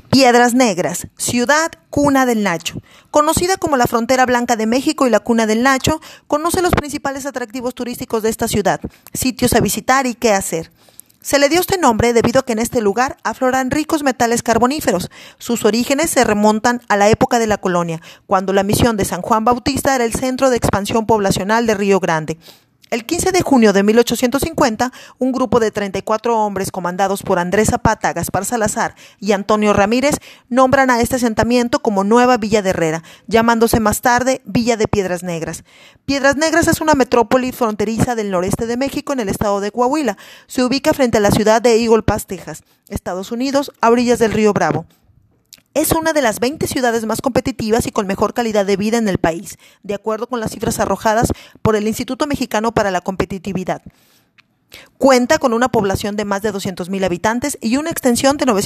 Piedras Negras, ciudad cuna del Nacho. Conocida como la frontera blanca de México y la cuna del Nacho, conoce los principales atractivos turísticos de esta ciudad, sitios a visitar y qué hacer. Se le dio este nombre debido a que en este lugar afloran ricos metales carboníferos. Sus orígenes se remontan a la época de la colonia, cuando la misión de San Juan Bautista era el centro de expansión poblacional de Río Grande. El 15 de junio de 1850, un grupo de 34 hombres comandados por Andrés Zapata, Gaspar Salazar y Antonio Ramírez nombran a este asentamiento como Nueva Villa de Herrera, llamándose más tarde Villa de Piedras Negras. Piedras Negras es una metrópoli fronteriza del noreste de México en el estado de Coahuila. Se ubica frente a la ciudad de Eagle Pass, Texas, Estados Unidos, a orillas del río Bravo. Es una de las 20 ciudades más competitivas y con mejor calidad de vida en el país, de acuerdo con las cifras arrojadas por el Instituto Mexicano para la Competitividad. Cuenta con una población de más de 200,000 habitantes y una extensión de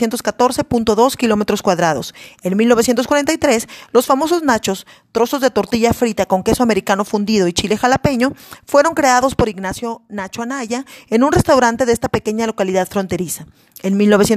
914.2 kilómetros cuadrados. En 1943, los famosos nachos, trozos de tortilla frita con queso americano fundido y chile jalapeño, fueron creados por Ignacio Nacho Anaya en un restaurante de esta pequeña localidad fronteriza. En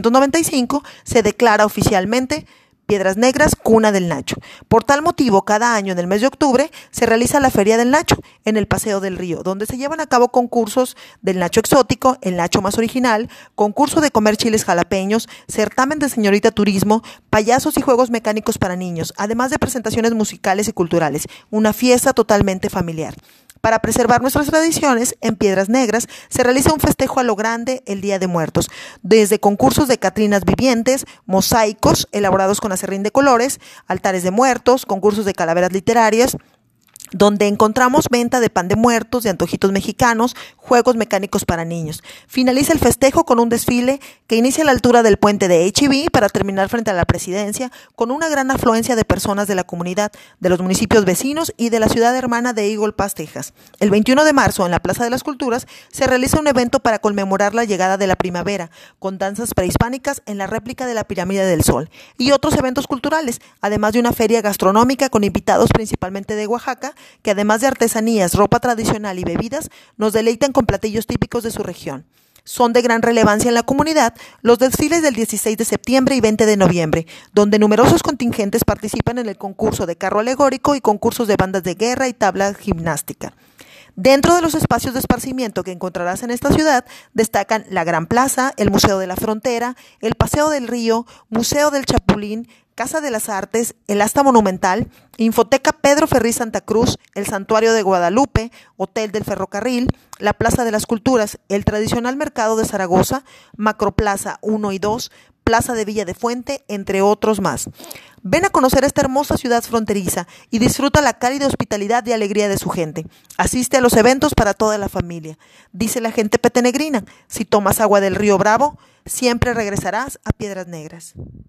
1995 se declara oficialmente Piedras Negras, cuna del Nacho. Por tal motivo, cada año en el mes de octubre se realiza la Feria del Nacho en el Paseo del Río, donde se llevan a cabo concursos del Nacho exótico, el Nacho más original, concurso de comer chiles jalapeños, certamen de señorita turismo, payasos y juegos mecánicos para niños, además de presentaciones musicales y culturales, una fiesta totalmente familiar. Para preservar nuestras tradiciones, en Piedras Negras se realiza un festejo a lo grande el Día de Muertos, desde concursos de catrinas vivientes, mosaicos elaborados con acerrín de colores, altares de muertos, concursos de calaveras literarias, donde encontramos venta de pan de muertos, de antojitos mexicanos, juegos mecánicos para niños. Finaliza el festejo con un desfile que inicia a la altura del puente de H-E-B para terminar frente a la presidencia, con una gran afluencia de personas de la comunidad, de los municipios vecinos y de la ciudad hermana de Eagle Pass, Texas. El 21 de marzo, en la Plaza de las Culturas, se realiza un evento para conmemorar la llegada de la primavera, con danzas prehispánicas en la réplica de la Pirámide del Sol, y otros eventos culturales, además de una feria gastronómica con invitados principalmente de Oaxaca, que además de artesanías, ropa tradicional y bebidas, nos deleitan con platillos típicos de su región. Son de gran relevancia en la comunidad los desfiles del 16 de septiembre y 20 de noviembre, donde numerosos contingentes participan en el concurso de carro alegórico y concursos de bandas de guerra y tabla gimnástica. Dentro de los espacios de esparcimiento que encontrarás en esta ciudad, destacan la Gran Plaza, el Museo de la Frontera, el Paseo del Río, Museo del Chapulín, Casa de las Artes, el Asta Monumental, Infoteca Pedro Ferriz Santa Cruz, el Santuario de Guadalupe, Hotel del Ferrocarril, la Plaza de las Culturas, el tradicional Mercado de Zaragoza, Macroplaza 1 y 2, Plaza de Villa de Fuente, entre otros más. Ven a conocer esta hermosa ciudad fronteriza y disfruta la cálida hospitalidad y alegría de su gente. Asiste a los eventos para toda la familia. Dice la gente petenegrina, si tomas agua del río Bravo, siempre regresarás a Piedras Negras.